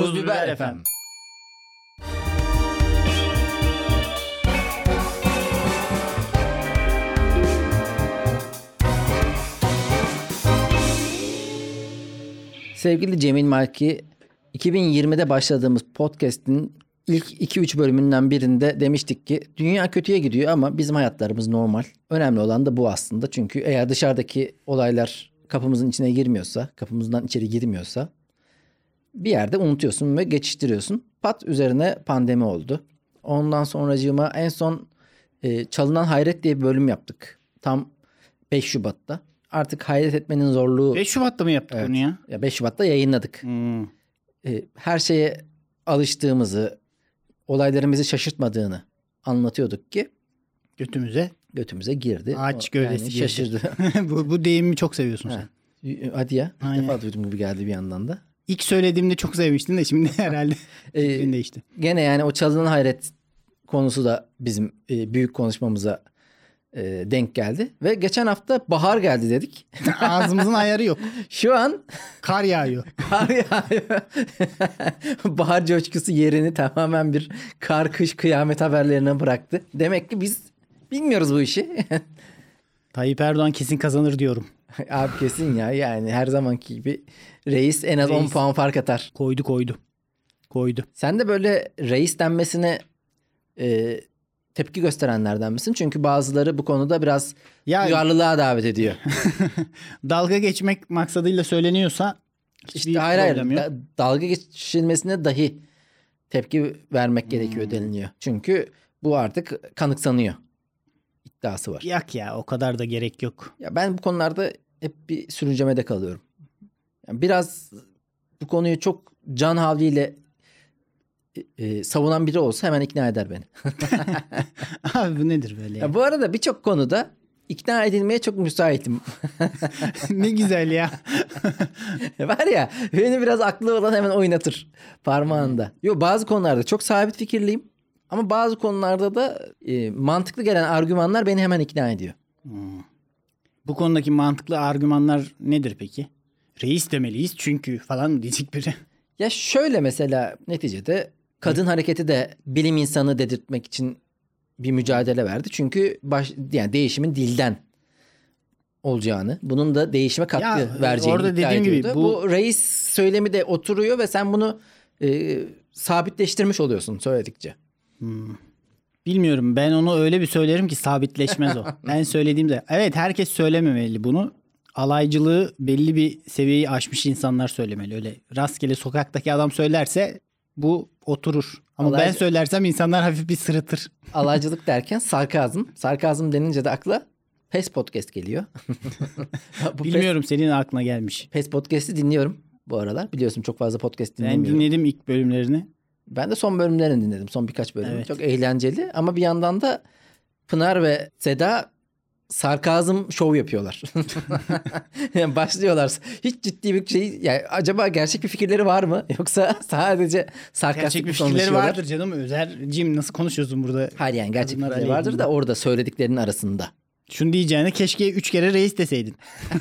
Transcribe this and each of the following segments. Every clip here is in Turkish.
Tuz Biber FM. Sevgili Cemil Marki, 2020'de başladığımız podcast'in ilk 2-3 bölümünden birinde demiştik ki dünya kötüye gidiyor ama bizim hayatlarımız normal. Önemli olan da bu aslında. Çünkü eğer dışarıdaki olaylar kapımızın içine girmiyorsa, kapımızdan içeri girmiyorsa bir yerde unutuyorsun ve geçiştiriyorsun. Pat üzerine pandemi oldu. Ondan sonracığıma en son Çalınan Hayret diye bir bölüm yaptık. Tam 5 Şubat'ta. Artık hayret etmenin zorluğu. 5 Şubat'ta mı yaptık Evet. bunu ya? Ya 5 Şubat'ta yayınladık. Her şeye alıştığımızı, olayların bizi şaşırtmadığını anlatıyorduk ki götümüze girdi. Ağaç gövdesi yani girdi. şaşırdı. bu deyimi çok seviyorsun sen. Hadi ya. İlk Aynen. defa duydum gibi geldi bir yandan da. İlk söylediğimde çok sevmiştin de şimdi herhalde fikrin değişti. Gene yani o Çalınan Hayret konusu da bizim büyük konuşmamıza denk geldi. Ve geçen hafta bahar geldi dedik. Ağzımızın ayarı yok. Şu an Kar yağıyor. kar yağıyor. Bahar coşkusu yerini tamamen bir kar kış kıyamet haberlerine bıraktı. Demek ki biz bilmiyoruz bu işi. Tayyip Erdoğan kesin kazanır diyorum. Abi kesin ya, yani her zamanki gibi reis en az 10 puan fark atar. Koydu. Sen de böyle reis denmesine tepki gösterenlerden misin? Çünkü bazıları bu konuda biraz duyarlılığa davet ediyor. Dalga geçmek maksadıyla söyleniyorsa İşte hayır. Dalga geçilmesine dahi tepki vermek gerekiyor deniliyor. Çünkü bu artık kanıksanıyor iddiası var. Yak ya, o kadar da gerek yok. Ya ben bu konularda hep bir sürüncemede kalıyorum. Yani biraz bu konuyu çok can havliyle savunan biri olsa hemen ikna eder beni. Abi bu nedir böyle ya? Ya bu arada birçok konuda ikna edilmeye çok müsaitim. Ne güzel ya. Var ya, beni biraz aklı olan hemen oynatır parmağında. Yo, bazı konularda çok sabit fikirliyim. Ama bazı konularda da mantıklı gelen argümanlar beni hemen ikna ediyor. Bu konudaki mantıklı argümanlar nedir peki? Reis demeliyiz çünkü falan mı diyecek biri? Ya şöyle, mesela neticede kadın hareketi de bilim insanı dedirtmek için bir mücadele verdi. Çünkü yani değişimin dilden olacağını, bunun da değişime katkı vereceğini orada iddia dediğim ediyordu. gibi bu reis söylemi de oturuyor ve sen bunu sabitleştirmiş oluyorsun söyledikçe. Bilmiyorum, ben onu öyle bir söylerim ki sabitleşmez o. Ben söylediğimde evet, herkes söylememeli bunu. Alaycılığı belli bir seviyeyi aşmış insanlar söylemeli. Öyle rastgele sokaktaki adam söylerse bu oturur. Ama ben söylersem insanlar hafif bir sırıtır. Alaycılık derken sarkazm. Sarkazm denince de akla PES Podcast geliyor. Bilmiyorum, senin aklına gelmiş. PES Podcast'i dinliyorum bu aralar. Biliyorsun çok fazla podcast Ben dinlemiyorum. dinledim ilk bölümlerini. Ben de son bölümlerini dinledim. Son birkaç bölüm. Evet. Çok eğlenceli ama bir yandan da Pınar ve Seda sarkazm şov yapıyorlar. Yani başlıyorlar. Hiç ciddi bir şey. Yani acaba gerçek bir fikirleri var mı? Yoksa sadece sarkastik Gerçek bir mi fikirleri konuşuyorlar? vardır canım. Özer'cim, nasıl konuşuyorsun burada? Hayır, yani gerçek Kadınlar fikirleri vardır da orada söylediklerinin arasında. Şunu diyeceğine keşke 3 kere reis deseydin.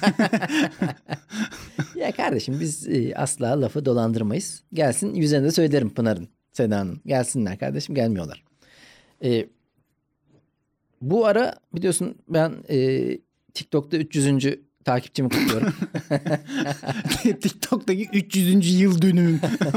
Ya kardeşim, biz asla lafı dolandırmayız. Gelsin yüzlerine de söylerim Pınar'ın, Seda'nın. Gelsinler kardeşim, gelmiyorlar. Bu ara biliyorsun ben TikTok'ta 300. takipçimi kutluyorum. TikTok'taki 300. yıl dönümüm.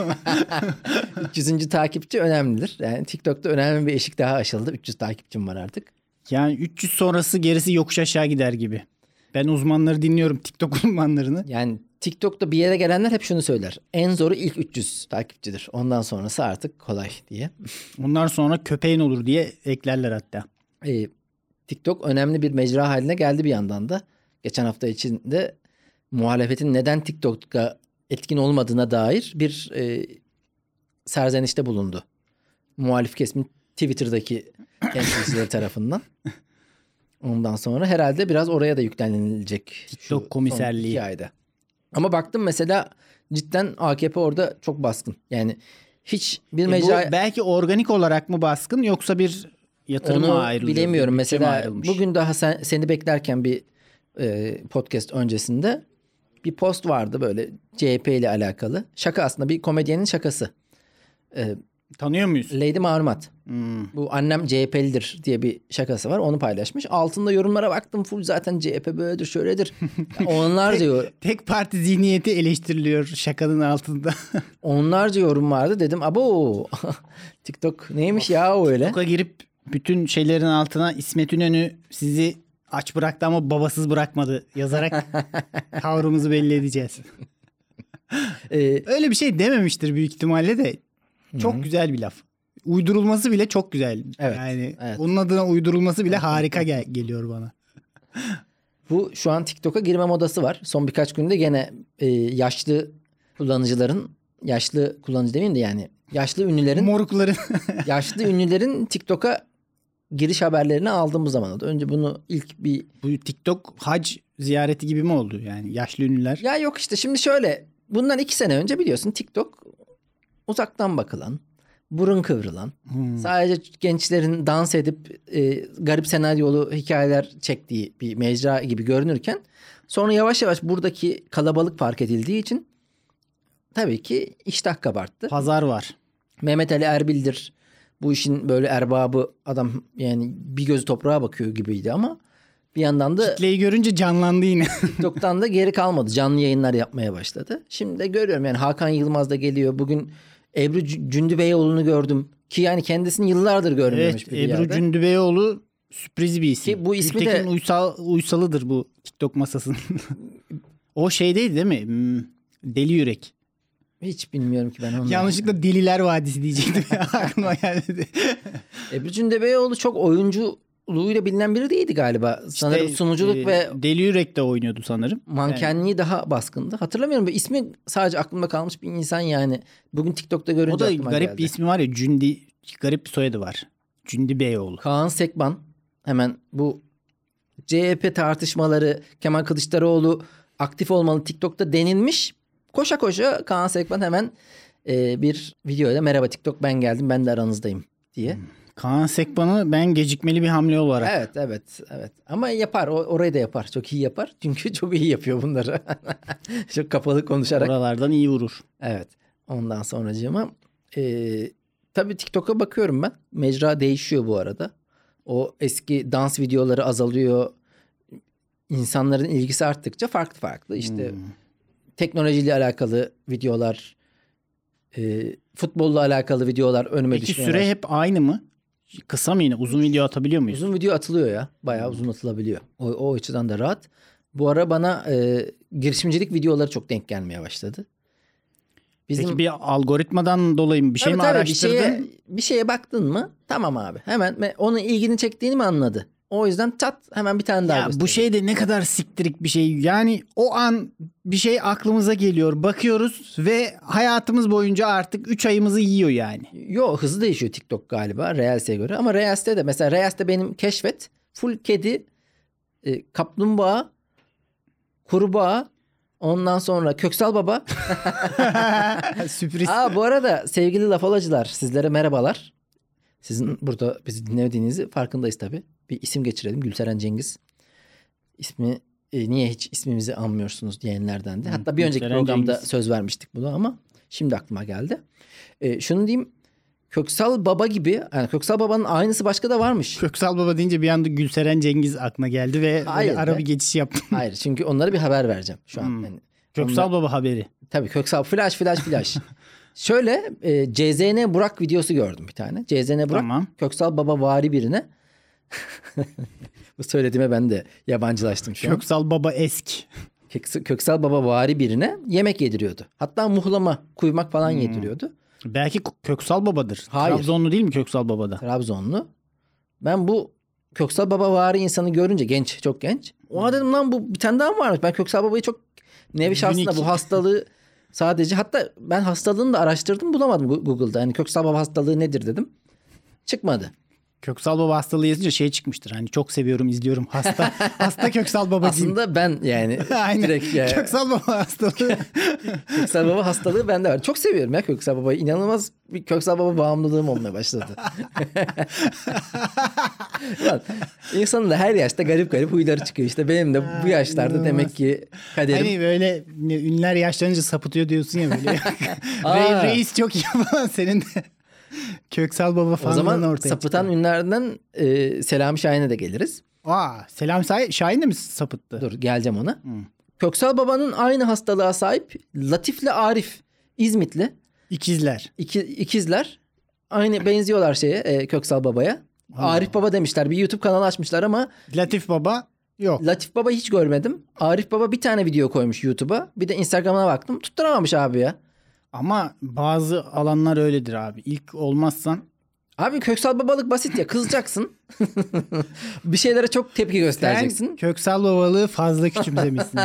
300. takipçi önemlidir. Yani TikTok'ta önemli bir eşik daha aşıldı. 300 takipçim var artık. Yani 300 sonrası gerisi yokuş aşağı gider gibi. Ben uzmanları dinliyorum, TikTok uzmanlarını. Yani TikTok'ta bir yere gelenler hep şunu söyler. En zoru ilk 300 takipçidir. Ondan sonrası artık kolay diye. Ondan sonra köpeğin olur diye eklerler hatta. TikTok önemli bir mecra haline geldi bir yandan da. Geçen hafta içinde muhalefetin neden TikTok'ta etkin olmadığına dair bir serzenişte bulundu. Muhalif kesimin Twitter'daki temsilcileri tarafından. Ondan sonra herhalde biraz oraya da yüklenilecek. TikTok komiserliği. Son 2 ayda. Ama baktım mesela cidden AKP orada çok baskın. Yani hiç bir mecra... belki organik olarak mı baskın, yoksa bir yatırım mı ayrılıyor? Bilemiyorum. Mesela bugün daha seni beklerken bir podcast öncesinde bir post vardı böyle CHP ile alakalı. Şaka aslında, bir komedyenin şakası. Tanıyor muyuz? Lady Malumat. Bu annem CHP'lidir diye bir şakası var. Onu paylaşmış. Altında yorumlara baktım, full zaten CHP böyledir şöyledir. Onlarca yorum. Tek parti zihniyeti eleştiriliyor şakanın altında. Onlarca yorum vardı. Dedim abo TikTok neymiş ya öyle. TikTok'a girip bütün şeylerin altına İsmet İnönü sizi aç bıraktı ama babasız bırakmadı yazarak tavrımızı belli edeceğiz. Öyle bir şey dememiştir büyük ihtimalle de. Çok güzel bir laf. Uydurulması bile çok güzel. Evet, Yani evet. onun adına uydurulması bile harika geliyor bana. Bu şu an TikTok'a girme modası var. Son birkaç günde gene yaşlı kullanıcıların, yaşlı kullanıcı demeyeyim de yani yaşlı ünlülerin Morukların. yaşlı ünlülerin TikTok'a giriş haberlerini aldığımız zaman oldu. Önce bunu ilk bir... Bu TikTok hac ziyareti gibi mi oldu yani yaşlı ünlüler? Ya yok işte şimdi şöyle, bundan 2 sene önce biliyorsun TikTok uzaktan bakılan, burun kıvrılan, sadece gençlerin dans edip garip senaryolu hikayeler çektiği bir mecra gibi görünürken sonra yavaş yavaş buradaki kalabalık fark edildiği için tabii ki iştah kabarttı. Pazar var. Mehmet Ali Erbil'dir bu işin böyle erbabı adam, yani bir gözü toprağa bakıyor gibiydi ama bir yandan da Kitleyi görünce canlandı yine. TikTok'tan da geri kalmadı. Canlı yayınlar yapmaya başladı. Şimdi de görüyorum yani Hakan Yılmaz da geliyor. Bugün Ebru Cündübeyoğlu'nu gördüm. Ki yani kendisini yıllardır görmüyormuş Evet, bir Ebru yerde. Cündübeyoğlu sürpriz bir isim. Ki bu ismi de- Gültekin Uysal'ıdır bu TikTok masasının. O şeydeydi değil mi? Deli Yürek. Hiç bilmiyorum ki ben onu. Yanlışlıkla Deliler Vadisi diyecektim. Aklıma geldi. Ebru Cündübeyoğlu çok oyunculuğuyla bilinen biri değildi galiba. Sanırım sunuculuk ve Deli Yürek'te oynuyordu sanırım. mankenliği daha baskındı. Hatırlamıyorum. İsmi sadece aklımda kalmış bir insan yani. Bugün TikTok'ta görünce O da aklıma garip geldi. bir ismi var ya, garip bir soyadı var. Cündi Beyoğlu. Kaan Sekban, hemen bu CHP tartışmaları, Kemal Kılıçdaroğlu aktif olmalı TikTok'ta denilmiş. Koşa koşa Kaan Sekban hemen bir videoyla merhaba TikTok ben geldim, ben de aranızdayım diye. Kaan Sekban'ı ben gecikmeli bir hamle olarak. Evet. Ama yapar. Orayı da yapar. Çok iyi yapar. Çünkü çok iyi yapıyor bunları. Çok kapalı konuşarak. Oralardan iyi vurur. Evet. Ondan sonracığıma tabii TikTok'a bakıyorum ben. Mecra değişiyor bu arada. O eski dans videoları azalıyor. İnsanların ilgisi arttıkça farklı. İşte teknolojiyle alakalı videolar, futbolla alakalı videolar önüme Peki düşmeye süre başladı. hep aynı mı? Kısa mı yine? Uzun video atabiliyor muyuz? Uzun video atılıyor ya. Bayağı uzun atılabiliyor. O açıdan da rahat. Bu ara bana girişimcilik videoları çok denk gelmeye başladı. Peki bir algoritmadan dolayı bir şey Tabii, mi tabii, araştırdın? bir şeye baktın mı? Tamam abi. Hemen onun ilgini çektiğini mi anladı? O yüzden hemen bir tane daha Ya bu gösteriyor. şey de ne kadar siktirik bir şey. Yani o an bir şey aklımıza geliyor. Bakıyoruz ve hayatımız boyunca artık 3 ayımızı yiyor yani. Yo, hızlı değişiyor TikTok galiba Reels'e göre. Ama Reels'te de mesela Reels'te benim keşfet full kedi, kaplumbağa, kurbağa, ondan sonra Köksal Baba. Sürpriz. Bu arada sevgili lafolacılar, sizlere merhabalar. Sizin burada bizi dinlemediğinizi farkındayız tabii. Bir isim geçirelim. Gülseren Cengiz. İsmi niye hiç ismimizi anmıyorsunuz diyenlerdendi. Hatta bir önceki Gülseren programda Cengiz. söz vermiştik bunu ama şimdi aklıma geldi. Şunu diyeyim. Köksal Baba gibi, yani Köksal Baba'nın aynısı başka da varmış. Köksal Baba deyince bir anda Gülseren Cengiz aklına geldi ve Hayır böyle ara be. bir geçiş yaptım. Hayır, çünkü onlara bir haber vereceğim şu an. Yani Köksal Baba haberi. tabii Köksal flash. Şöyle CZN Burak videosu gördüm bir tane. CZN Burak Tamam. Köksal Baba vari birine bu söylediğime ben de yabancılaştım şu an. Köksal Baba esk. Köksal Baba vari birine yemek yediriyordu. Hatta muhlama, kuymak falan yediriyordu. Belki Köksal Baba'dır. Hayır. Trabzonlu değil mi Köksal Baba'da? Trabzonlu. Ben bu Köksal Baba vari insanı görünce, genç, çok genç. O dedim lan bu bir tane daha mı varmış? Ben Köksal Baba'yı çok nevi şahsında Unik. bu hastalığı sadece, hatta ben hastalığını da araştırdım, bulamadım Google'da. Yani Köksal Baba hastalığı nedir dedim. Çıkmadı. Köksal Baba hastalığı yazınca şey çıkmıştır. Hani çok seviyorum, izliyorum. Hasta Köksal Babacığım. Aslında ben yani Aynen. direkt yani. Köksal Baba hastalığı. Köksal Baba hastalığı bende var. Çok seviyorum ya Köksal Baba'yı. İnanılmaz bir Köksal Baba bağımlılığım olmaya başladı. Lan, insanın da her yaşta garip garip huyları çıkıyor. İşte benim de bu yaşlarda demek ki kaderim. Hani böyle ünlüler yaşlanınca sapıtıyor diyorsun ya böyle. Reis çok iyi falan senin de. Köksal Baba O falan zaman ortaya sapıtan çıkıyor. ünlülerden Selami Şahin'e de geliriz. Selam Şahin de mi sapıttı? Dur geleceğim ona. Köksal Baba'nın aynı hastalığa sahip Latif'le Arif. İzmitli. İkizler. İkizler. Aynı benziyorlar Köksal Baba'ya. Arif Baba demişler. Bir YouTube kanalı açmışlar ama Latif Baba yok. Latif Baba hiç görmedim. Arif Baba bir tane video koymuş YouTube'a. Bir de Instagram'ına baktım. Tutturamamış abi ya. Ama bazı alanlar öyledir abi. İlk olmazsan. Abi Köksal Babalık basit ya. Kızacaksın. Bir şeylere çok tepki göstereceksin. Sen Köksal Babalığı fazla küçümsemişsin.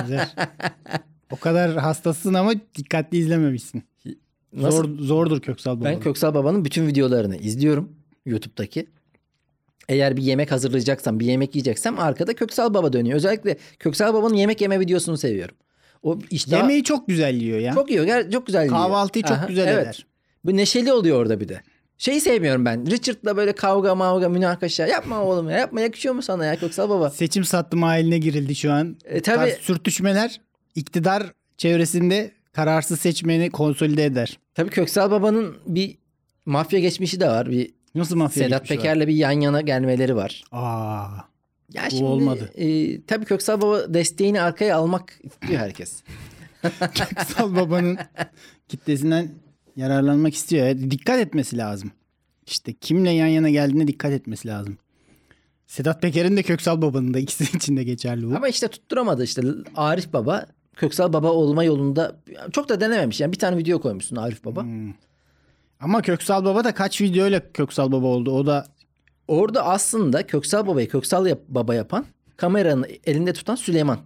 O kadar hastasın ama dikkatli izlememişsin. Zordur Köksal Babalığı. Ben Köksal Baba'nın bütün videolarını izliyorum YouTube'daki. Eğer bir yemek hazırlayacaksam, bir yemek yiyeceksem arkada Köksal Baba dönüyor. Özellikle Köksal Baba'nın yemek yeme videosunu seviyorum. O işte yemeği çok güzel yiyor ya. çok yiyor. Çok güzel yiyor. Kahvaltıyı çok güzel evet. eder. Bu neşeli oluyor orada bir de. Şeyi sevmiyorum ben. Richard'la böyle kavga, münakaşa. Yapma oğlum ya. Yapma, yakışıyor mu sana ya Köksal Baba? Seçim sattım haline girildi şu an. Tabii. Sürtüşmeler iktidar çevresinde kararsız seçmeni konsolide eder. Tabii Köksal Baba'nın bir mafya geçmişi de var. Bir Nasıl mafya Sedat geçmişi var? Peker'le bir yan yana gelmeleri var. Ya bu şimdi olmadı. Tabii Köksal Baba desteğini arkaya almak istiyor herkes. Köksal Baba'nın kitlesinden yararlanmak istiyor. Dikkat etmesi lazım. İşte kimle yan yana geldiğine dikkat etmesi lazım. Sedat Peker'in de Köksal Baba'nın da ikisi için de geçerli bu. Ama işte tutturamadı işte. Arif Baba Köksal Baba olma yolunda çok da denememiş. Yani bir tane video koymuşsun Arif Baba. Ama Köksal Baba da kaç videoyla Köksal Baba oldu. O da orada aslında Köksal Baba'yı Baba yapan, kameranın elinde tutan Süleyman.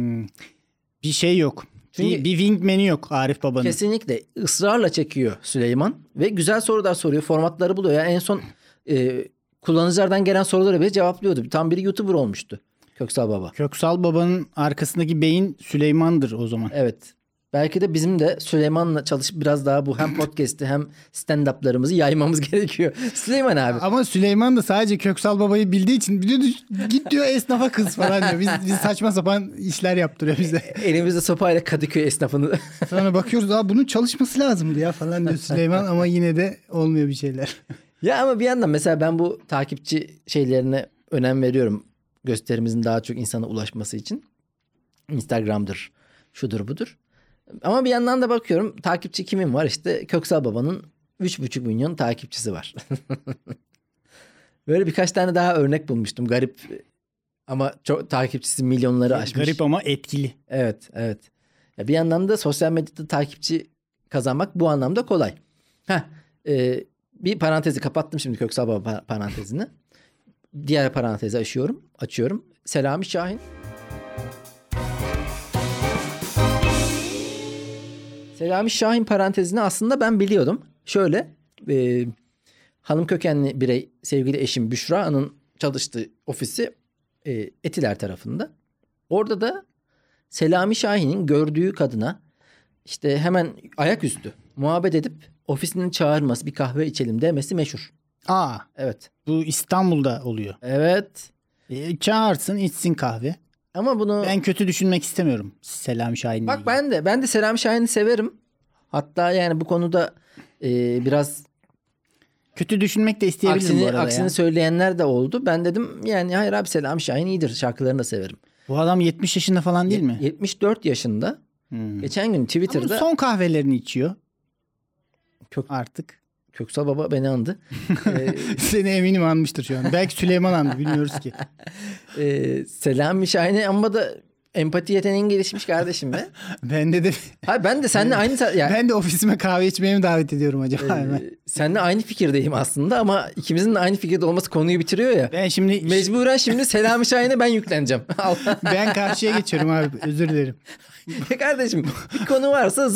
bir şey yok. Çünkü bir wingman'i yok Arif Baba'nın. Kesinlikle ısrarla çekiyor Süleyman ve güzel sorular soruyor, formatları buluyor. Yani en son kullanıcılardan gelen soruları bile cevaplıyordu. Tam bir YouTuber olmuştu Köksal Baba. Köksal Baba'nın arkasındaki beyin Süleyman'dır o zaman. Evet. Belki de bizim de Süleyman'la çalışıp biraz daha bu hem podcast'i hem stand-up'larımızı yaymamız gerekiyor. Süleyman abi. Ama Süleyman da sadece Köksal Baba'yı bildiği için diyor, git diyor esnafa kız falan diyor. Biz saçma sapan işler yaptırıyor bize. Elimizde sopayla Kadıköy esnafını. Sonra bakıyoruz bunun çalışması lazımdı ya falan diyor Süleyman ama yine de olmuyor bir şeyler. Ya ama bir yandan mesela ben bu takipçi şeylerine önem veriyorum. Gösterimizin daha çok insana ulaşması için. Instagram'dır, şudur budur. Ama bir yandan da bakıyorum takipçi kimin var? İşte Köksal Baba'nın 3,5 milyon takipçisi var. Böyle birkaç tane daha örnek bulmuştum. Garip ama çok takipçisi milyonları aşmış. Garip ama etkili. Evet. Ya bir yandan da sosyal medyada takipçi kazanmak bu anlamda kolay. Bir parantezi kapattım şimdi Köksal Baba parantezini. Diğer parantezi açıyorum. Selami Şahin. Selami Şahin parantezini aslında ben biliyordum. Şöyle hanım kökenli birey sevgili eşim Büşra'nın çalıştığı ofisi Etiler tarafında. Orada da Selami Şahin'in gördüğü kadına işte hemen ayaküstü muhabbet edip ofisinin çağırması, bir kahve içelim demesi meşhur. Evet. Bu İstanbul'da oluyor. Evet. Çağırsın içsin kahve. Ama bunu ben kötü düşünmek istemiyorum Selami Şahin'le. Bak ben de Selami Şahin'i severim. Hatta yani bu konuda biraz kötü düşünmek de isteyebilirim bu arada. Aksini söyleyenler de oldu. Ben dedim yani hayır abi Selami Şahin iyidir. Şarkılarını da severim. Bu adam 70 yaşında falan değil mi? 74 yaşında. Geçen gün Twitter'da. Ama son kahvelerini içiyor. Artık. Köksal Baba beni andı. Seni eminim anmıştır şu an. Belki Süleyman andı bilmiyoruz ki. Selami Şahin'e amma da empati yeteneğin gelişmiş kardeşim be. Bende de. Hayır ben de seninle aynı. Yani, ben de ofisime kahve içmeye mi davet ediyorum acaba? Seninle aynı fikirdeyim aslında ama ikimizin de aynı fikirde olması konuyu bitiriyor ya. Ben şimdi. Mecburen şimdi Selami Şahin'e ben yükleneceğim. Ben karşıya geçiyorum abi özür dilerim. Kardeşim bir konu varsa zıt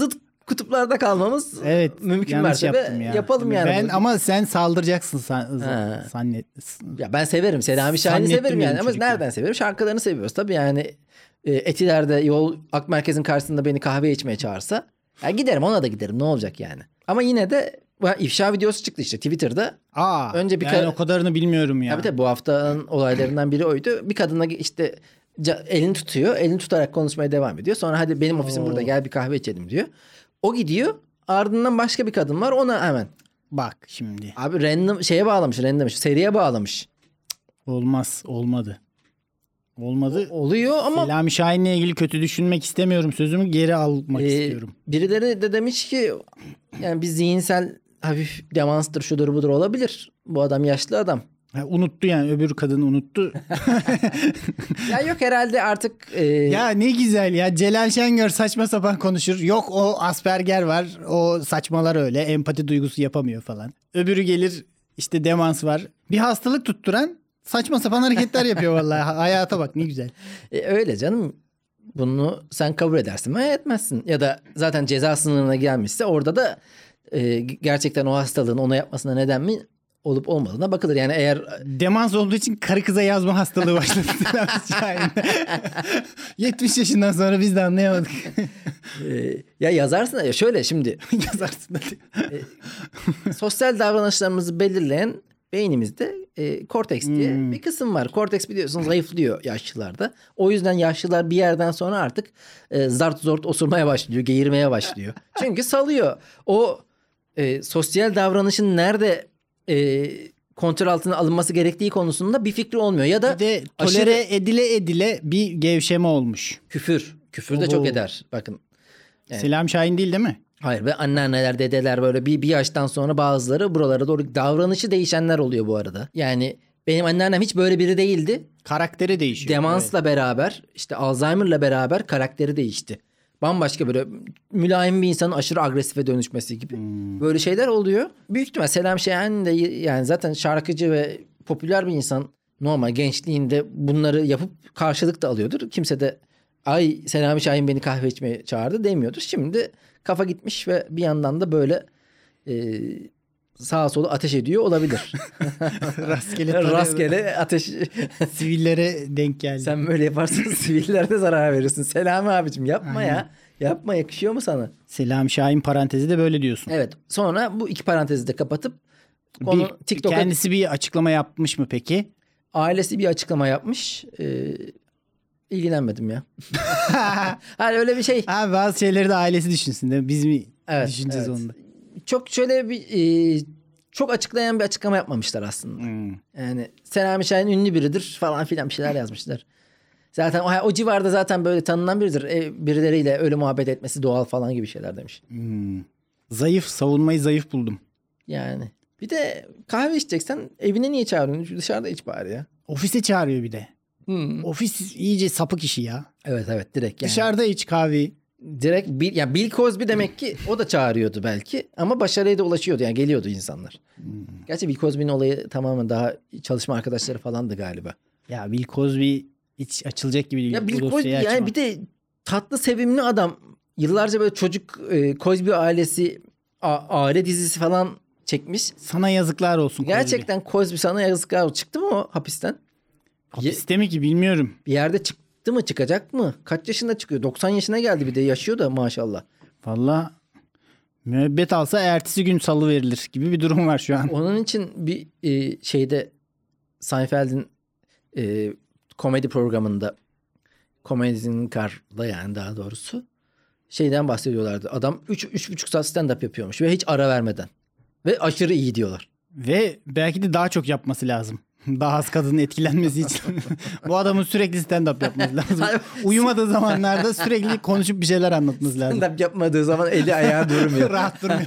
kutuplarda kalmamız Evet. mümkün yanlış mertebe yaptım ya. yapalım yani. Ben ama sen saldıracaksın Ha. zannet. Ya ben severim. Selami Şahin'i Zannettim severim yani. benim Ama çocuk nereden severim? Şarkılarını seviyoruz. Tabii yani Etiler'de yol Akmerkez'in karşısında beni kahve içmeye çağırsa ya giderim, ona da giderim. Ne olacak yani? Ama yine de ifşa videosu çıktı işte Twitter'da. Önce yani o kadarını bilmiyorum ya. Tabii bu haftanın olaylarından biri oydu. Bir kadına işte elini tutuyor. Elini tutarak konuşmaya devam ediyor. Sonra hadi benim ofisim burada, gel bir kahve içelim diyor. O gidiyor. Ardından başka bir kadın var. Ona hemen. Bak şimdi. Abi random şeye bağlamış. Seriye bağlamış. Olmadı. Oluyor ama Selami Şahin'le ilgili kötü düşünmek istemiyorum. Sözümü geri almak istiyorum. Birileri de demiş ki yani bir zihinsel hafif demanstır, şudur budur olabilir. Bu adam yaşlı adam. Unuttu yani, öbür kadın unuttu. Ya yok herhalde artık. Ya ne güzel ya, Celal Şengör saçma sapan konuşur. Yok o Asperger var, o saçmalar öyle, empati duygusu yapamıyor falan. Öbürü gelir işte demans var. Bir hastalık tutturan saçma sapan hareketler yapıyor vallahi. Hayata bak ne güzel. Öyle canım. Bunu sen kabul edersin mi? Etmezsin. Ya da zaten ceza sınırına gelmişse orada da gerçekten o hastalığın ona yapmasına neden mi olup olmadığına bakılır. Yani eğer demans olduğu için karı kıza yazma hastalığı başladı. 70 yaşından sonra biz de anlayamadık. Ya yazarsın ya şöyle şimdi Yazarsın hadi. Sosyal davranışlarımızı belirleyen beynimizde korteks diye bir kısım var. Korteks biliyorsunuz zayıflıyor yaşlılarda. O yüzden yaşlılar bir yerden sonra artık zart zort osurmaya başlıyor, geğirmeye başlıyor. Çünkü salıyor. O sosyal davranışın nerede kontrol altına alınması gerektiği konusunda bir fikri olmuyor. Ya da bir de tolere edile bir gevşeme olmuş. Küfür de çok eder. Bakın. Evet. Selami Şahin değil mi? Hayır, ve anneanneler, dedeler böyle bir yaştan sonra bazıları buralara doğru davranışı değişenler oluyor bu arada. Yani benim anneannem hiç böyle biri değildi. Karakteri değişiyor. Demansla beraber, işte Alzheimer'la beraber karakteri değişti. Bambaşka böyle mülayim bir insanın aşırı agresife dönüşmesi gibi. Böyle şeyler oluyor. Büyük ihtimal Selami Şahin de yani zaten şarkıcı ve popüler bir insan, normal gençliğinde bunları yapıp karşılık da alıyordur. Kimse de ay Selami Şahin beni kahve içmeye çağırdı demiyordur. Şimdi kafa gitmiş ve bir yandan da böyle sağa sola ateş ediyor olabilir. Rastgele ateş. Sivillere denk geldi. Sen böyle yaparsan sivillere de zarar verirsin. Selami abicim yapma ya. Yapma, yakışıyor mu sana? Selami Şahin parantezi de böyle diyorsun. Evet. Sonra bu iki parantezi de kapatıp konu TikTok'a... Kendisi bir açıklama yapmış mı peki? Ailesi bir açıklama yapmış. İlgilenmedim ya. Hani öyle bir şey. Bazı şeyleri de ailesi düşünsün değil mi? Biz mi düşüneceğiz onu da? Çok şöyle bir çok açıklayan bir açıklama yapmamışlar aslında. Yani Selami Şahin ünlü biridir falan filan bir şeyler yazmışlar. Zaten o civarda zaten böyle tanınan biridir. Birileriyle öyle muhabbet etmesi doğal falan gibi şeyler demiş. Zayıf, savunmayı zayıf buldum. Yani bir de kahve içeceksen evine niye çağırıyorsun? Dışarıda iç bari ya. Ofise çağırıyor bir de. Ofis iyice sapık işi ya. Evet direkt yani. Dışarıda iç kahveyi. Direkt Bill Cosby demek ki o da çağırıyordu belki ama başarıya da ulaşıyordu, yani geliyordu insanlar. Gerçi Bill Cosby'nin olayı tamamen daha çalışma arkadaşları falandı galiba. Ya Bill Cosby hiç açılacak gibi değil. Ya Bill Cosby yani bir de tatlı sevimli adam. Yıllarca böyle çocuk Cosby ailesi aile dizisi falan çekmiş. Sana yazıklar olsun. Gerçekten Cosby sana yazıklar olsun. Çıktı mı o hapisten? Hapiste mi ki bilmiyorum. Bir yerde çıktı mı, çıkacak mı? Kaç yaşında çıkıyor? 90 yaşına geldi, bir de yaşıyor da maşallah. Vallahi müebbet alsa ertesi gün salı verilir gibi bir durum var şu an. Onun için bir şeyde Seinfeld'in komedi programında, Komedinin Kar'da yani daha doğrusu şeyden bahsediyorlardı. Adam 3,5 saat stand-up yapıyormuş ve hiç ara vermeden. Ve aşırı iyi diyorlar. Ve belki de daha çok yapması lazım. Daha az kadının etkilenmesi için. Bu adamın sürekli stand-up yapması lazım. Uyumadığı zamanlarda sürekli konuşup bir şeyler anlatması lazım. Stand-up yapmadığı zaman eli ayağı durmuyor. Rahat durmuyor.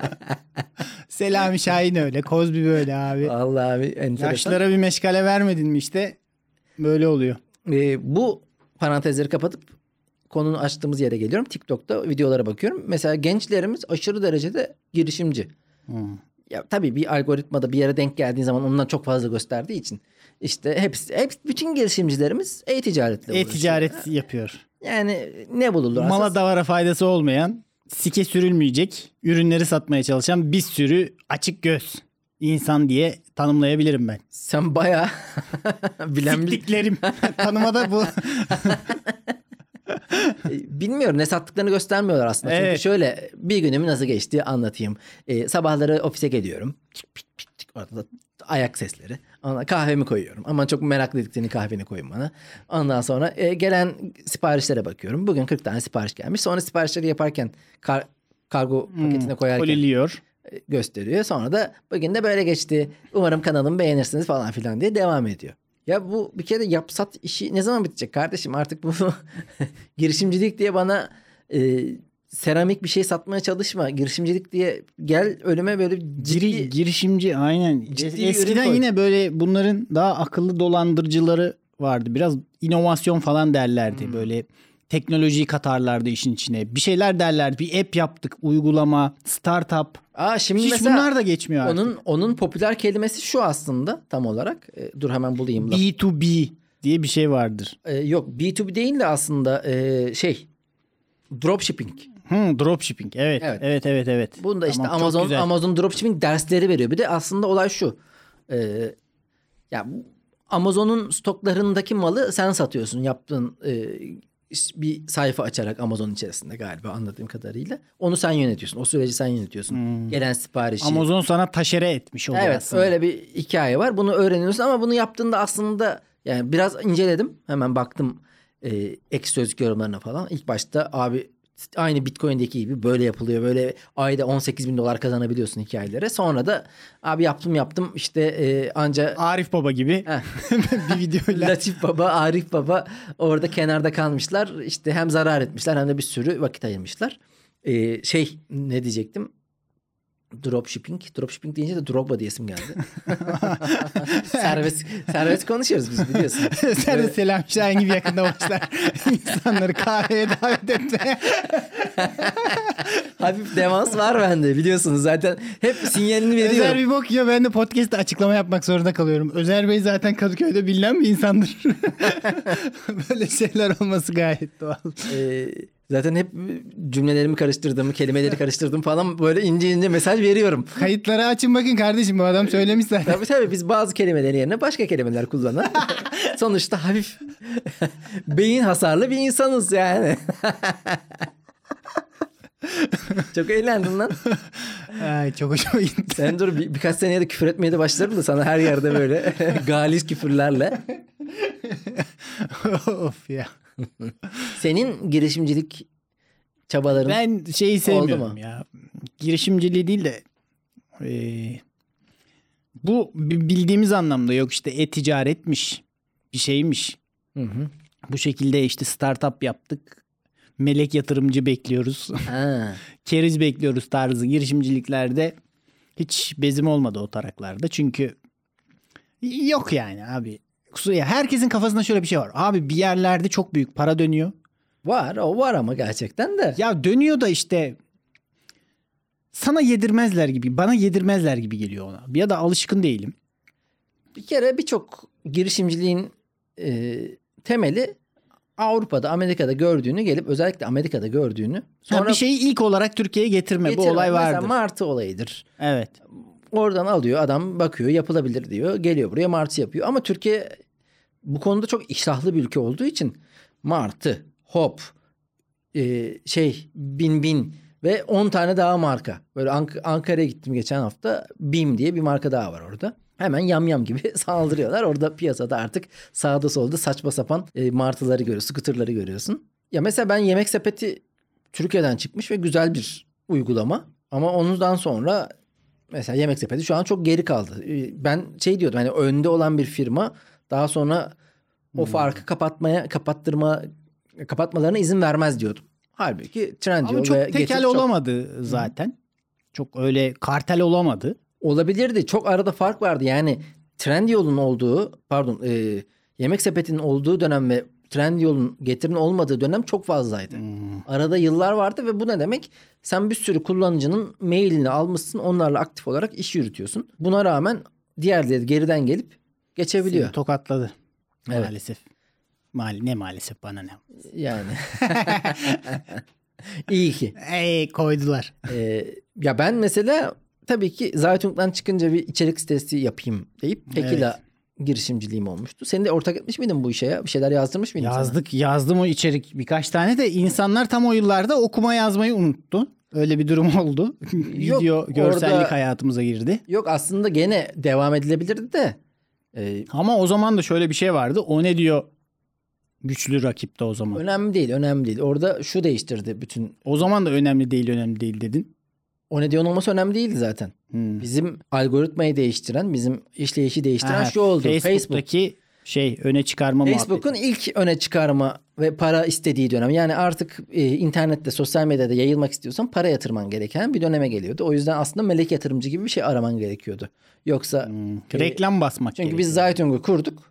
Selami Şahin öyle. Cosby böyle abi. Allah abi enteresan. Yaşlara bir meşgale vermedin mi işte böyle oluyor. Bu parantezleri kapatıp konunu açtığımız yere geliyorum. TikTok'ta videolara bakıyorum. Mesela gençlerimiz aşırı derecede girişimci. Ya tabii bir algoritmada bir yere denk geldiğin zaman ondan çok fazla gösterdiği için işte bütün girişimcilerimiz e-ticaretle uğraşıyor. E-ticaret yapıyor. Yani ne bulurlar? Mala davara faydası olmayan sike sürülmeyecek ürünleri satmaya çalışan bir sürü açık göz insan diye tanımlayabilirim ben. Sen bayağı bilen bir... Siktiklerim. Tanımada bu. Bilmiyorum, ne sattıklarını göstermiyorlar aslında. Çünkü Evet. şöyle, bir günümü nasıl geçtiği anlatayım. Sabahları ofise geliyorum. Orada da ayak sesleri. Ondan kahvemi koyuyorum. Aman çok meraklı senin kahveni koyun bana. Ondan sonra gelen siparişlere bakıyorum. Bugün 40 tane sipariş gelmiş. Sonra siparişleri yaparken kargo paketine koyarken Koliliyor. gösteriyor. Sonra da bugün de böyle geçti. Umarım kanalımı beğenirsiniz falan filan diye devam ediyor. Ya bu bir kere yapsat işi ne zaman bitecek kardeşim? Artık bu girişimcilik diye bana seramik bir şey satmaya çalışma. Girişimcilik diye gel önüme böyle ciddi... Girişimci aynen. Ciddi bir ürün Eskiden koy. yine böyle bunların daha akıllı dolandırıcıları vardı. Biraz inovasyon falan derlerdi. Böyle teknolojiyi katarlardı işin içine. Bir şeyler derlerdi. Bir app yaptık, uygulama, startup. Şimdi Hiç mesela bunlar da geçmiyor artık. onun popüler kelimesi şu aslında tam olarak. Dur hemen bulayım. B2B diye bir şey vardır. Yok, B2B değil de aslında dropshipping. Dropshipping. Evet. Evet. Evet. Bunda işte Tamam, çok güzel. Amazon dropshipping dersleri veriyor. Bir de aslında olay şu. Ya Amazon'un stoklarındaki malı sen satıyorsun. Yaptığın bir sayfa açarak Amazon içerisinde galiba anladığım kadarıyla. Onu sen yönetiyorsun. O süreci sen yönetiyorsun. Gelen siparişi. Amazon sana taşere etmiş oluyor Evet, aslında. öyle bir hikaye var. Bunu öğreniyorsun ama bunu yaptığında aslında yani biraz inceledim. Hemen baktım ek sözlük yorumlarına falan. İlk başta abi aynı Bitcoin'deki gibi böyle yapılıyor. Böyle ayda $18.000 kazanabiliyorsun hikayelere. Sonra da abi yaptım işte anca Arif Baba gibi bir videoyla. Latif Baba, Arif Baba orada kenarda kalmışlar. İşte hem zarar etmişler hem de bir sürü vakit ayırmışlar. Ne diyecektim? Dropshipping deyince de Drogba diyesim geldi. serbest konuşuyoruz biz, biliyorsun. Sen de Selam Şahin gibi yakında başlar insanları kahveye davet etmeye. Hafif demans var bende, biliyorsunuz. Zaten hep sinyalini veriyorum. Özer bir bok yiyor. Ben de podcast'te açıklama yapmak zorunda kalıyorum. Özer Bey zaten Kadıköy'de bilinen bir insandır. Böyle şeyler olması gayet doğal. Zaten hep cümlelerimi karıştırdığımı, kelimeleri karıştırdım falan, böyle ince mesaj veriyorum. Kayıtları açın bakın kardeşim, bu adam söylemiş zaten. Tabii biz bazı kelimelerin yerine başka kelimeler kullanan sonuçta hafif beyin hasarlı bir insanız yani. Çok eğlendim lan. Ay, çok hoşuma gitti. Sen dur birkaç seneye de küfür etmeye de başlarım da sana her yerde böyle galis küfürlerle. Of ya. Senin girişimcilik çabaların Ben şeyi oldu sevmiyorum mu? ya. Girişimciliği değil de bu bildiğimiz anlamda, yok işte e-ticaretmiş, bir şeymiş. Hı. Bu şekilde işte startup yaptık. Melek yatırımcı bekliyoruz. Ha. Keriz bekliyoruz tarzı girişimciliklerde hiç bezim olmadı o taraklarda. Çünkü yok yani abi. Ya herkesin kafasında şöyle bir şey var. Abi bir yerlerde çok büyük para dönüyor. O var ama gerçekten de. Ya dönüyor da işte sana yedirmezler gibi, bana yedirmezler gibi geliyor ona. Ya da alışkın değilim. Bir kere birçok girişimciliğin temeli Avrupa'da, Amerika'da gördüğünü gelip özellikle Amerika'da gördüğünü sonra Bir şeyi ilk olarak Türkiye'ye getirme. Bu getirme. olay vardır. Mesela Martı olayıdır. Evet. Oradan alıyor adam, bakıyor yapılabilir diyor. Geliyor buraya Martı yapıyor. Ama Türkiye bu konuda çok iştahlı bir ülke olduğu için Martı, Hop, Bin ve 10 tane daha marka. Böyle Ankara'ya gittim geçen hafta. BİM diye bir marka daha var orada. Hemen yam gibi saldırıyorlar. Orada piyasada artık sağda solda saçma sapan martıları görüyorsun, scooter'ları görüyorsun. Ya mesela ben Yemek Sepeti Türkiye'den çıkmış ve güzel bir uygulama. Ama ondan sonra mesela Yemek Sepeti şu an çok geri kaldı. Ben diyordum, hani önde olan bir firma daha sonra o farkı kapatmalarına izin vermez diyordum. Halbuki Trendyol Ama çok ve tekel Getir çok olamadı zaten. Çok öyle kartel olamadı. olabilirdi. Çok arada fark vardı. Yani Trendyol'un olduğu, Yemek Sepeti'nin olduğu dönem ve Trendyol'un Getir'in olmadığı dönem çok fazlaydı. Arada yıllar vardı ve bu ne demek? Sen bir sürü kullanıcının mailini almışsın, onlarla aktif olarak iş yürütüyorsun. Buna rağmen diğerleri geriden gelip geçebiliyor. Seni tokatladı. Evet. Maalesef. Ne maalesef, bana ne. Yani. İyi ki. Koydular. Ya ben mesela tabii ki Zaytung'dan çıkınca bir içerik sitesi yapayım deyip Tekila girişimciliğim olmuştu. Seni de ortak etmiş miydin bu işe ya? Bir şeyler yazdırmış mıydın sana? Yazdım o içerik birkaç tane de insanlar tam o yıllarda okuma yazmayı unuttu. Öyle bir durum oldu. Video, görsellik orada hayatımıza girdi. Yok aslında gene devam edilebilirdi de. Ama o zaman da şöyle bir şey vardı. O ne diyor güçlü rakipte o zaman. Önemli değil. Orada şu değiştirdi bütün. O zaman da önemli değil dedin. O ne diyor olması önemli değildi zaten. Bizim algoritmayı değiştiren, bizim işleyişi değiştiren şu oldu. Facebook'taki öne çıkarma muhabbeti. Facebook'un ilk öne çıkarma ve para istediği dönem. Yani artık internette, sosyal medyada yayılmak istiyorsan para yatırman gereken bir döneme geliyordu. O yüzden aslında melek yatırımcı gibi bir şey araman gerekiyordu. Yoksa reklam basmak çünkü biz Zaytung'u kurduk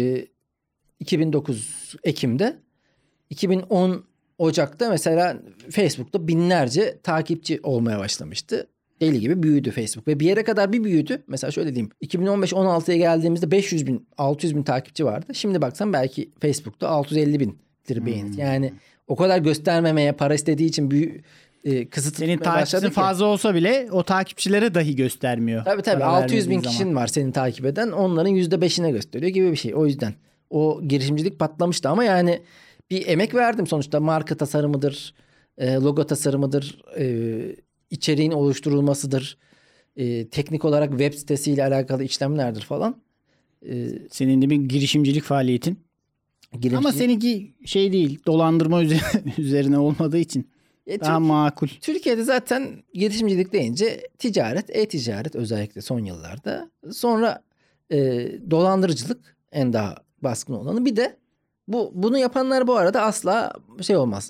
2009 Ekim'de. 2010 Ocak'ta mesela Facebook'ta binlerce takipçi olmaya başlamıştı. Deli gibi büyüdü Facebook ve bir yere kadar bir büyüdü. Mesela şöyle diyeyim 2015-16'ya geldiğimizde 500 bin 600 bin takipçi vardı. Şimdi baksan belki Facebook'ta 650 bindir beğeni. Yani o kadar göstermemeye para istediği için kısıtlı senin takipçin fazla olsa bile o takipçilere dahi göstermiyor. Tabii 600 bin kişinin var seni takip eden, onların %5'ine gösteriyor gibi bir şey. O yüzden o girişimcilik patlamıştı ama yani bir emek verdim sonuçta. Marka tasarımıdır, logo tasarımıdır, içeriğin oluşturulmasıdır, teknik olarak web sitesiyle alakalı işlemlerdir falan. Senin de bir girişimcilik faaliyetin. Ama seninki değil, dolandırma üzerine olmadığı için daha makul. Türkiye'de zaten girişimcilik deyince ticaret, e-ticaret özellikle son yıllarda. Sonra dolandırıcılık en daha baskın olanı. Bir de bunu yapanlar bu arada asla olmaz.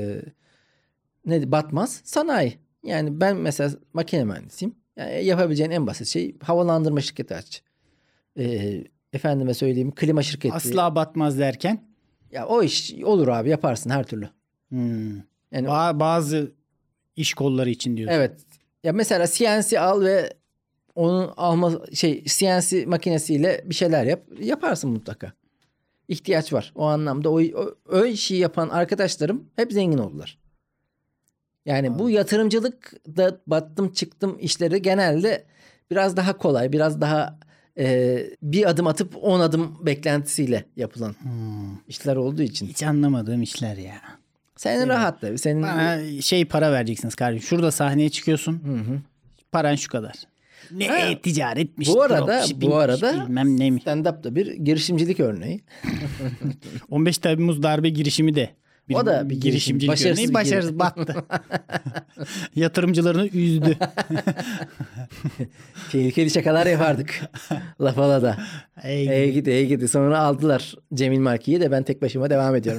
Batmaz. Sanayi. Yani ben mesela makine mühendisiyim. Yani yapabileceğin en basit şey havalandırma şirketi aç. Efendime söyleyeyim klima şirketi. Asla batmaz derken? Ya o iş olur abi, yaparsın her türlü. Yani bazı iş kolları için diyorsun. Evet. Ya mesela CNC al ve onun CNC makinesiyle bir şeyler yap. Yaparsın mutlaka. İhtiyaç var. O anlamda o işi yapan arkadaşlarım hep zengin oldular. Yani bu yatırımcılıkta battım çıktım işleri genelde biraz daha kolay, biraz daha bir adım atıp 10 adım beklentisiyle yapılan işler olduğu için. Hiç anlamadığım işler ya. Senin rahat tabii. Bana para vereceksiniz kardeşim. Şurada sahneye çıkıyorsun. Paran şu kadar. Ne ticaretmiş. Bu arada bilmem ne mi. Stand-up bir girişimcilik örneği. 15 Temmuz darbe girişimi de. O da bir girişimcilik örneği. Başarısız battı. Yatırımcılarını üzdü. Tehlikeli şakalar yapardık. Lafalada. Ey gidi. Sonra aldılar Cemil Marki'yi de ben tek başıma devam ediyorum.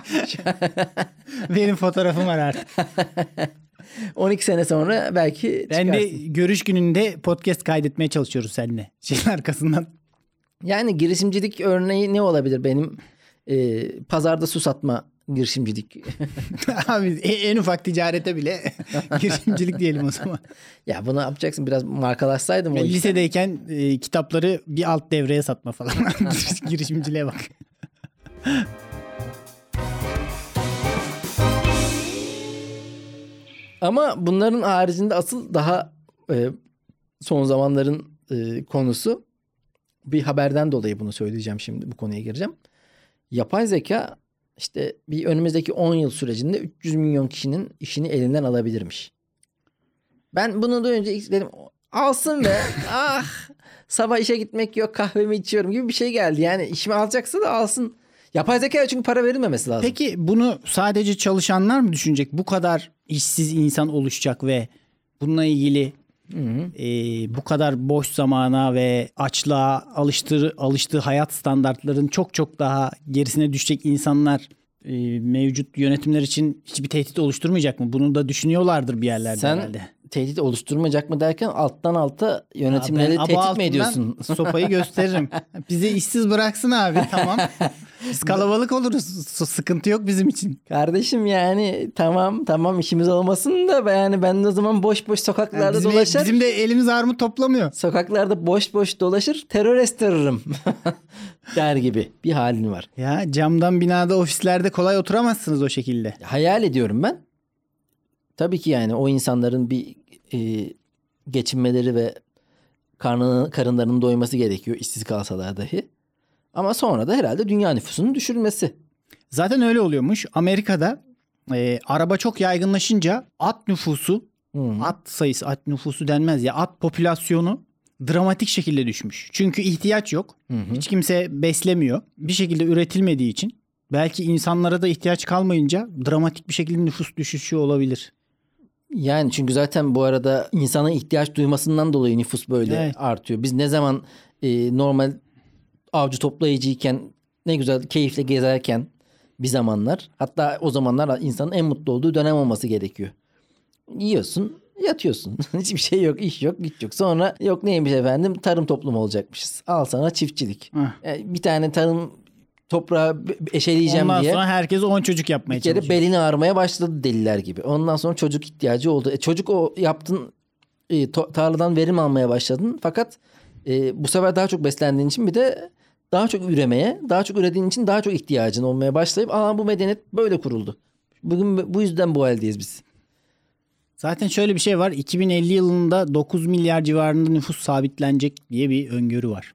Benim fotoğrafım var artık. 12 sene sonra belki çıkarsın. Ben de görüş gününde podcast kaydetmeye çalışıyoruz seninle. Arkasından. Yani girişimcilik örneği ne olabilir benim? Pazarda su satma girişimcilik. Abi en ufak ticarete bile girişimcilik diyelim o zaman. Ya bunu yapacaksın, biraz markalaşsaydım. Lisedeyken kitapları bir alt devreye satma falan. Girişimciliğe bak. Ama bunların haricinde asıl daha son zamanların konusu, bir haberden dolayı bunu söyleyeceğim, şimdi bu konuya gireceğim. Yapay zeka işte bir önümüzdeki 10 yıl sürecinde 300 milyon kişinin işini elinden alabilirmiş. Ben bunu duyunca ilk dedim alsın be. Sabah işe gitmek yok, kahvemi içiyorum gibi bir şey geldi. Yani işimi alacaksa da alsın. Yapay zekaya çünkü para verilmemesi lazım. Peki bunu sadece çalışanlar mı düşünecek? Bu kadar işsiz insan oluşacak ve bununla ilgili bu kadar boş zamana ve açlığa alıştığı hayat standartlarının çok daha gerisine düşecek insanlar mevcut yönetimler için hiçbir tehdit oluşturmayacak mı? Bunu da düşünüyorlardır bir yerlerde herhalde. Tehdit oluşturmayacak mı derken alttan alta yönetimleri tehdit mi ediyorsun? Sopayı gösteririm. Bizi işsiz bıraksın abi, tamam. Biz kalabalık oluruz. Sıkıntı yok bizim için. Kardeşim yani tamam işimiz olmasın da yani ben de o zaman boş sokaklarda yani dolaşır. Bizim de elimiz armut toplamıyor. Sokaklarda boş dolaşır, terör estiririm der gibi bir halin var. Ya camdan binada ofislerde kolay oturamazsınız o şekilde. Hayal ediyorum ben. Tabii ki yani o insanların bir geçinmeleri ve karınlarının doyması gerekiyor işsiz kalsalar dahi. Ama sonra da herhalde dünya nüfusunun düşürülmesi. Zaten öyle oluyormuş. Amerika'da araba çok yaygınlaşınca at nüfusu, at sayısı, at nüfusu denmez ya, at popülasyonu dramatik şekilde düşmüş. Çünkü ihtiyaç yok. Hiç kimse beslemiyor. Bir şekilde üretilmediği için belki insanlara da ihtiyaç kalmayınca dramatik bir şekilde nüfus düşüşü olabilir. Yani çünkü zaten bu arada insana ihtiyaç duymasından dolayı nüfus böyle artıyor. Biz ne zaman normal avcı toplayıcıyken ne güzel keyifle gezerken bir zamanlar, hatta o zamanlar insanın en mutlu olduğu dönem olması gerekiyor. Yiyorsun, yatıyorsun. Hiçbir şey yok, iş yok, güç yok. Sonra yok neymiş efendim, tarım toplumu olacakmışız. Al sana çiftçilik. Bir tane tarım toprağı eşeleyeceğim Ondan diye. sonra herkes 10 çocuk yapmaya Bir kere çalışıyor. belini ağrımaya başladı deliler gibi. Ondan sonra çocuk ihtiyacı oldu. Çocuk o yaptın, tarladan verim almaya başladın. Fakat bu sefer daha çok beslendiğin için bir de daha çok üremeye, daha çok ürediğin için daha çok ihtiyacın olmaya başlayıp bu medeniyet böyle kuruldu. Bugün bu yüzden bu haldeyiz biz. Zaten şöyle bir şey var. 2050 yılında 9 milyar civarında nüfus sabitlenecek diye bir öngörü var.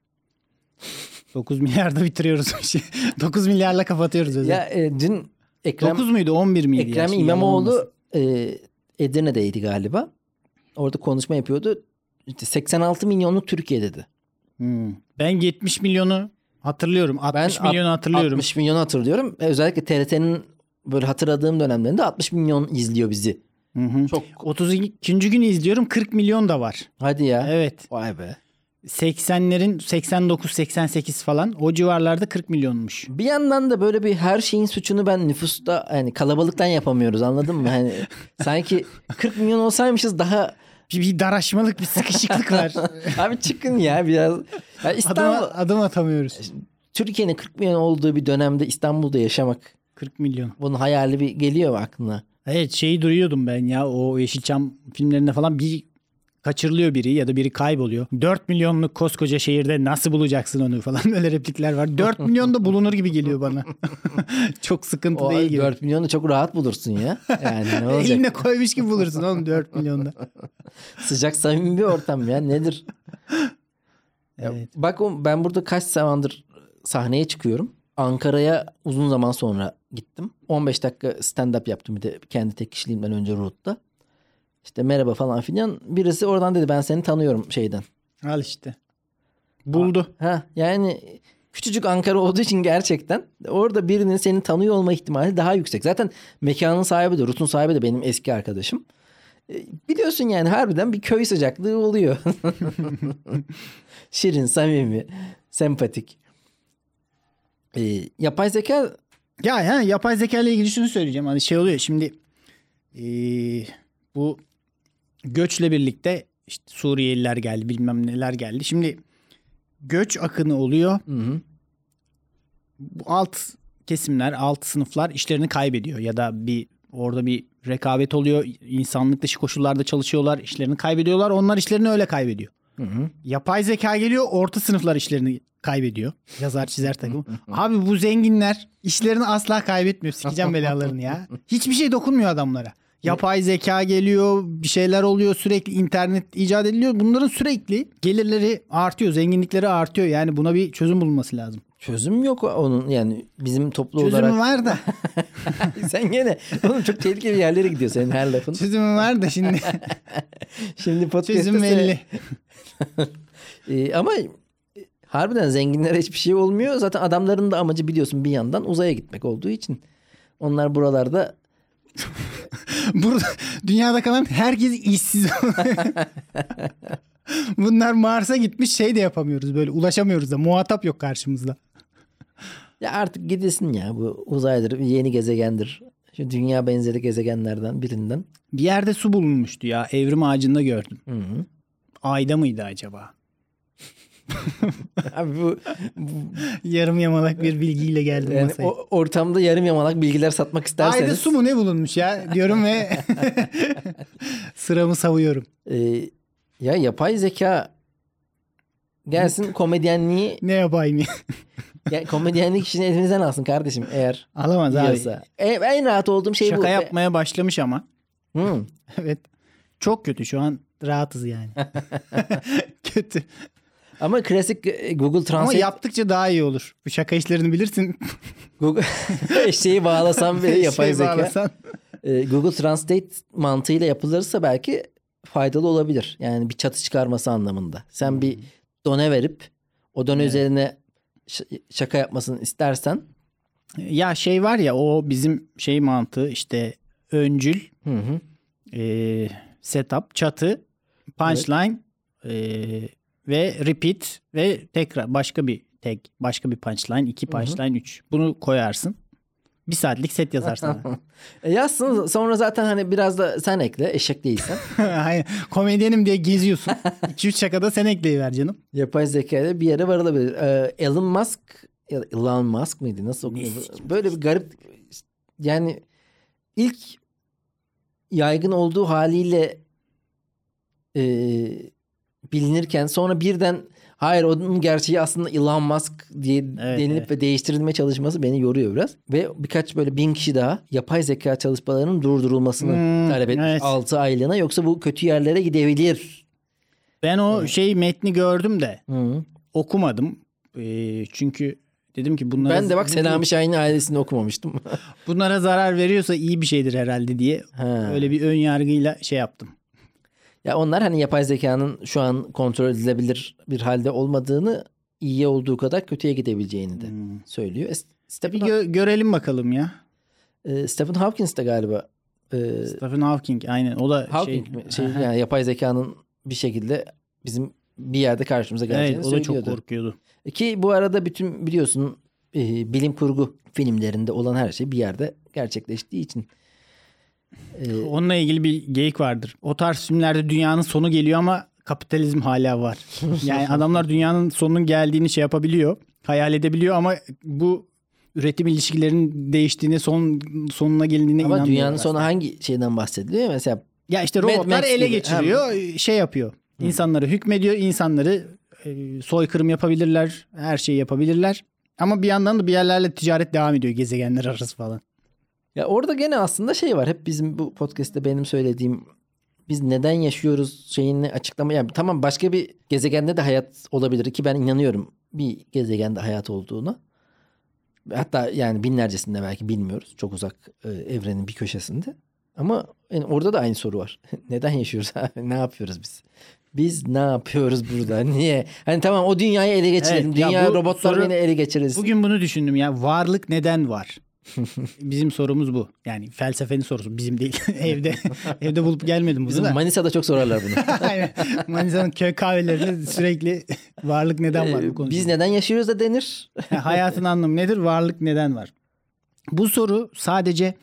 9 milyarda bitiriyoruz. 9 milyarla kapatıyoruz özel. Ya dün Ekrem 9 muydu 11 miydi? Ekrem İmamoğlu Edirne'deydi galiba. Orada konuşma yapıyordu. İşte 86 milyonluk Türkiye dedi. Ben 70 milyonu hatırlıyorum. 60 milyonu hatırlıyorum. 60 milyonu hatırlıyorum. Özellikle TRT'nin böyle hatırladığım dönemlerinde 60 milyon izliyor bizi. Çok. 32. gün izliyorum, 40 milyon da var. Hadi ya. Evet. Vay be. 80'lerin 89-88 falan o civarlarda 40 milyonmuş. Bir yandan da böyle bir her şeyin suçunu ben nüfusta, hani kalabalıktan yapamıyoruz, anladın mı? Hani sanki 40 milyon olsaymışız daha bir daraşmalık, bir sıkışıklık var. Abi çıkın ya biraz. Ya adım atamıyoruz. Türkiye'nin 40 milyon olduğu bir dönemde İstanbul'da yaşamak. 40 milyon. Bunun hayali bir geliyor mu aklına? Evet, şeyi duyuyordum ben ya, o Yeşilçam filmlerinde falan bir kaçırılıyor biri ya da biri kayboluyor. 4 milyonluk koskoca şehirde nasıl bulacaksın onu falan, böyle replikler var. 4 milyon da bulunur gibi geliyor bana. Çok sıkıntı değil gibi. 4 milyonu çok rahat bulursun ya. Yani ne olacak? Eline koymuş gibi bulursun oğlum 4 milyonda. Sıcak samimi bir ortam ya, nedir? Evet. Bak ben burada kaç zamandır sahneye çıkıyorum. Ankara'ya uzun zaman sonra gittim. 15 dakika stand-up yaptım bir de kendi tek kişiliğimden önce Root'ta. İşte merhaba falan filan. Birisi oradan dedi ben seni tanıyorum şeyden. Al işte. Buldu. Yani küçücük Ankara olduğu için gerçekten orada birinin seni tanıyor olma ihtimali daha yüksek. Zaten mekanın sahibi de, Root'un sahibi de benim eski arkadaşım. Biliyorsun yani harbiden bir köy sıcaklığı oluyor. Şirin, samimi, sempatik. Yapay zeka... Ya yapay zeka ile ilgili şunu söyleyeceğim. Hani şey oluyor şimdi, bu göçle birlikte işte Suriyeliler geldi, bilmem neler geldi. Şimdi göç akını oluyor. Hı. Bu alt kesimler, alt sınıflar işlerini kaybediyor ya da orada bir rekabet oluyor. İnsanlık dışı koşullarda çalışıyorlar, işlerini kaybediyorlar. Onlar işlerini öyle kaybediyor. Hı. Yapay zeka geliyor, orta sınıflar işlerini kaybediyor. Yazar çizer takım. Abi bu zenginler işlerini asla kaybetmiyor. Sikeceğim belalarını ya. Hiçbir şey dokunmuyor adamlara. Yapay zeka geliyor, bir şeyler oluyor, sürekli internet icat ediliyor. Bunların sürekli gelirleri artıyor, zenginlikleri artıyor. Yani buna bir çözüm bulunması lazım. Çözüm yok onun, yani bizim toplu Çözümü olarak. var da. Sen gene oğlum çok tehlikeli yerlere gidiyor senin her lafın. Çözümü var da şimdi. Şimdi podcast'te Çözüm belli. Ama harbiden zenginlere hiçbir şey olmuyor. Zaten adamların da amacı biliyorsun bir yandan uzaya gitmek olduğu için. Onlar buralarda Burada dünyada kalan herkes işsiz. Bunlar Mars'a gitmiş, şey de yapamıyoruz, böyle ulaşamıyoruz da, muhatap yok karşımızda. ya artık gidilsin ya, bu uzaydır, yeni gezegendir. Şu dünya benzeri gezegenlerden birinden. Bir yerde su bulunmuştu ya, evrim ağacında gördüm. Hı. Ayda mıydı acaba? Abi bu Yarım yamalak bir bilgiyle geldim yani masaya. ortamda yarım yamalak bilgiler satmak isterseniz. Ayda su mu ne bulunmuş ya diyorum ve sıramı savuyorum. Ya yapay zeka gelsin komedyenliği Ne yapayım ya? komedyenlik işini elinizden alsın kardeşim eğer Alamaz abi. yiyorsa. En rahat olduğum şey bu. Şaka yapmaya başlamış ama. Hmm. Evet. Çok kötü, şu an rahatız yani. Kötü. Ama klasik Google Ama Translate yaptıkça daha iyi olur. Bu şaka işlerini bilirsin. Google şeyi bağlasam ve yapay Şey zeka. bağlasan. Google Translate mantığıyla yapılırsa belki faydalı olabilir. Yani bir çatı çıkarması anlamında. Sen bir done verip o done üzerine şaka yapmasını istersen. Ya şey var ya, o bizim şey mantığı işte öncül, Hı. setup, çatı, punchline ve repeat ve tekrar başka bir tag, başka bir punchline, 2 punchline, 3. Bunu koyarsın. 1 saatlik set yazar sana. Yazsın sonra zaten hani biraz da sen ekle eşek değilsen. Hayır, komedyenim diye geziyorsun. 2-3 şakada sen ekleyiver canım. Yapay zeka ile bir yere varılabilir. Elon Musk mıydı? Nasıl okunuyordu? Böyle bir garip, yani ilk yaygın olduğu haliyle bilinirken sonra birden hayır onun gerçeği aslında Elon Musk diye denilip ve değiştirilmeye çalışması beni yoruyor biraz. Ve birkaç böyle 1000 kişi daha yapay zeka çalışmalarının durdurulmasını talep etmiş 6 aylığına, yoksa bu kötü yerlere gidebilir. Ben o metni gördüm de okumadım. Çünkü dedim ki bunlara... Ben de bak Selami Şahin'in ailesini okumamıştım. Bunlara zarar veriyorsa iyi bir şeydir herhalde diye öyle bir ön yargıyla şey yaptım. Ya onlar hani yapay zekanın şu an kontrol edilebilir bir halde olmadığını, iyiye olduğu kadar kötüye gidebileceğini de söylüyor. Görelim bakalım ya. Stephen Hawking de galiba. Stephen Hawking aynen. O da yani yapay zekanın bir şekilde bizim bir yerde karşımıza geleceğini söylüyordu. O da çok korkuyordu. Ki bu arada bütün biliyorsun bilim kurgu filmlerinde olan her şey bir yerde gerçekleştiği için. Onunla ilgili bir geyik vardır. O tarz filmlerde dünyanın sonu geliyor ama kapitalizm hala var. Yani adamlar dünyanın sonunun geldiğini şey yapabiliyor, hayal edebiliyor ama bu üretim ilişkilerinin değiştiğine, sonuna gelindiğine inanmıyor. Ama dünyanın sonu hangi şeyden bahsediliyor? Mesela ya işte robotlar ele geçiriyor, şey yapıyor. İnsanları hükmediyor, insanları soykırım yapabilirler, her şeyi yapabilirler. Ama bir yandan da bir yerlerle ticaret devam ediyor, gezegenler arası falan. Ya orada gene aslında şey var. Hep bizim bu podcast'te benim söylediğim, biz neden yaşıyoruz şeyini açıklama. Yani tamam, başka bir gezegende de hayat olabilir ki ben inanıyorum bir gezegende hayat olduğuna. Hatta yani binlercesinde belki bilmiyoruz. Çok uzak evrenin bir köşesinde. Ama yani orada da aynı soru var. Neden yaşıyoruz abi? Ne yapıyoruz biz? Biz ne yapıyoruz burada? Niye? Hani tamam o dünyayı ele geçirelim. Evet, Dünya robotlar beni ele geçirirsin. Bugün bunu düşündüm ya. Varlık neden var? Bizim sorumuz bu. Yani felsefenin sorusu, bizim değil. evde bulup gelmedim bunu. Bizim Manisa'da çok sorarlar bunu. Aynen. Manisa'nın köy kahvelerinde sürekli varlık neden var bu konuda. Biz neden yaşıyoruz da denir. Hayatın anlamı nedir? Varlık neden var? Bu soru sadece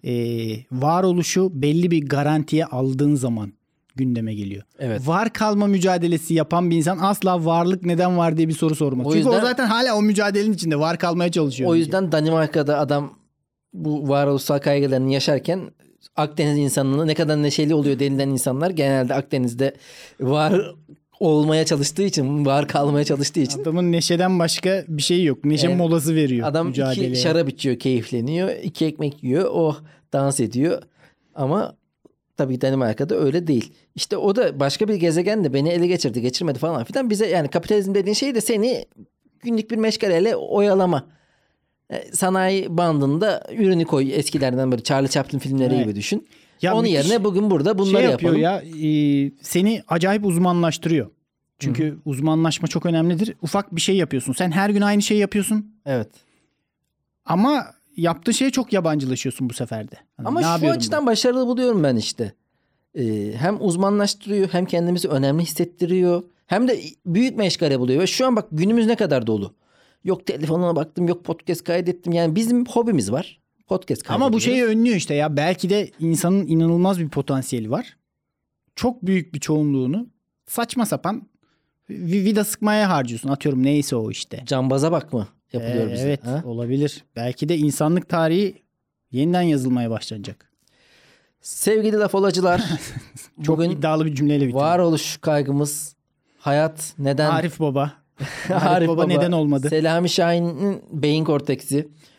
varoluşu belli bir garantiye aldığın zaman gündeme geliyor. Evet. Var kalma mücadelesi yapan bir insan asla varlık neden var diye bir soru sormaz. Çünkü o zaten hala o mücadelenin içinde, var kalmaya çalışıyor. O yüzden Danimarka'da adam bu varoluşsal kaygılarını yaşarken Akdeniz insanının ne kadar neşeli oluyor denilen insanlar genelde Akdeniz'de var olmaya çalıştığı için, var kalmaya çalıştığı için. Adamın neşeden başka bir şey yok. Neşe molası veriyor. Adam mücadeleye. 2 şarap içiyor, keyifleniyor. 2 ekmek yiyor, oh dans ediyor. Ama tabii Danimarka'da öyle değil. İşte o da başka bir gezegende beni ele geçirdi, geçirmedi falan filan. Bize yani kapitalizm dediğin şey de seni günlük bir meşgaleyle oyalama. Sanayi bandında ürünü koy, eskilerden böyle Charlie Chaplin filmleri gibi düşün. Ya onun yerine bugün burada bunları yapalım. Ya, seni acayip uzmanlaştırıyor. Çünkü uzmanlaşma çok önemlidir. Ufak bir şey yapıyorsun. Sen her gün aynı şeyi yapıyorsun. Evet. Ama yaptığı şeye çok yabancılaşıyorsun bu seferde. Hani ama şu açıdan başarılı buluyorum ben işte. Hem uzmanlaştırıyor, hem kendimizi önemli hissettiriyor. Hem de büyük meşgale buluyor. Ve şu an bak günümüz ne kadar dolu. Yok telefonuna baktım, yok podcast kaydettim. Yani bizim hobimiz var. Podcast kaydediyoruz. Ama bu şeyi önlüyor işte ya. Belki de insanın inanılmaz bir potansiyeli var. Çok büyük bir çoğunluğunu saçma sapan vida sıkmaya harcıyorsun. Atıyorum neyse o işte. Cambaza bak mı yapılıyor bize? Evet, olabilir. Belki de insanlık tarihi yeniden yazılmaya başlanacak. Sevgili laf olacılar. Çok bugün iddialı bir cümleyle bitirdim. Varoluş kaygımız, hayat neden? Arif Baba. Arif Baba neden olmadı? Selami Şahin'in beyin korteksi.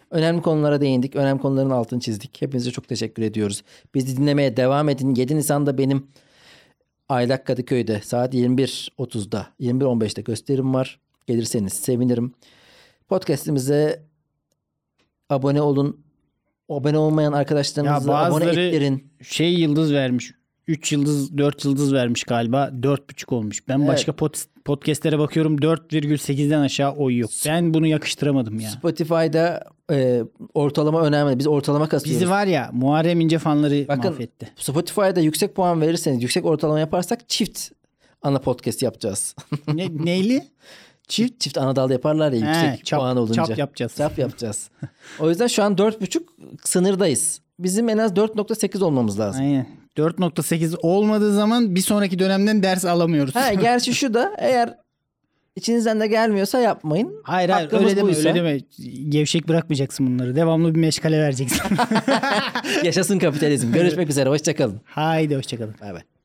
Önemli konulara değindik. Önemli konuların altını çizdik. Hepinize çok teşekkür ediyoruz. Bizi dinlemeye devam edin. 7 Nisan'da benim Aylak Kadıköy'de saat 21.30'da 21.15'te gösterim var. Gelirseniz sevinirim. Podcast'imize abone olun. Abone olmayan arkadaşlarınızı abone ettirin. Yıldız vermiş. 3 yıldız 4 yıldız vermiş galiba. 4,5 olmuş. Ben başka podcastlere bakıyorum 4,8'den aşağı oy yok. Ben bunu yakıştıramadım ya. Spotify'da ortalama önemli. Biz ortalama kasıyoruz. Bizi var ya Muharrem İnce fanları Bakın, mahvetti. Spotify'da yüksek puan verirseniz, yüksek ortalama yaparsak çift ana podcast yapacağız. Neyli? Çift ana dal yaparlar ya yüksek puan olunca. Çap yapacağız. Çap yapacağız. O yüzden şu an 4,5 sınırdayız. Bizim en az 4,8 olmamız lazım. Aynen. 4,8 olmadığı zaman bir sonraki dönemden ders alamıyoruz. Gerçi şu da, eğer içinizden de gelmiyorsa yapmayın. Hayır Hakkımız öyle deme. Gevşek bırakmayacaksın bunları. Devamlı bir meşgale vereceksin. Yaşasın kapitalizm. Görüşmek üzere. Hoşçakalın. Haydi hoşçakalın. Bay bay.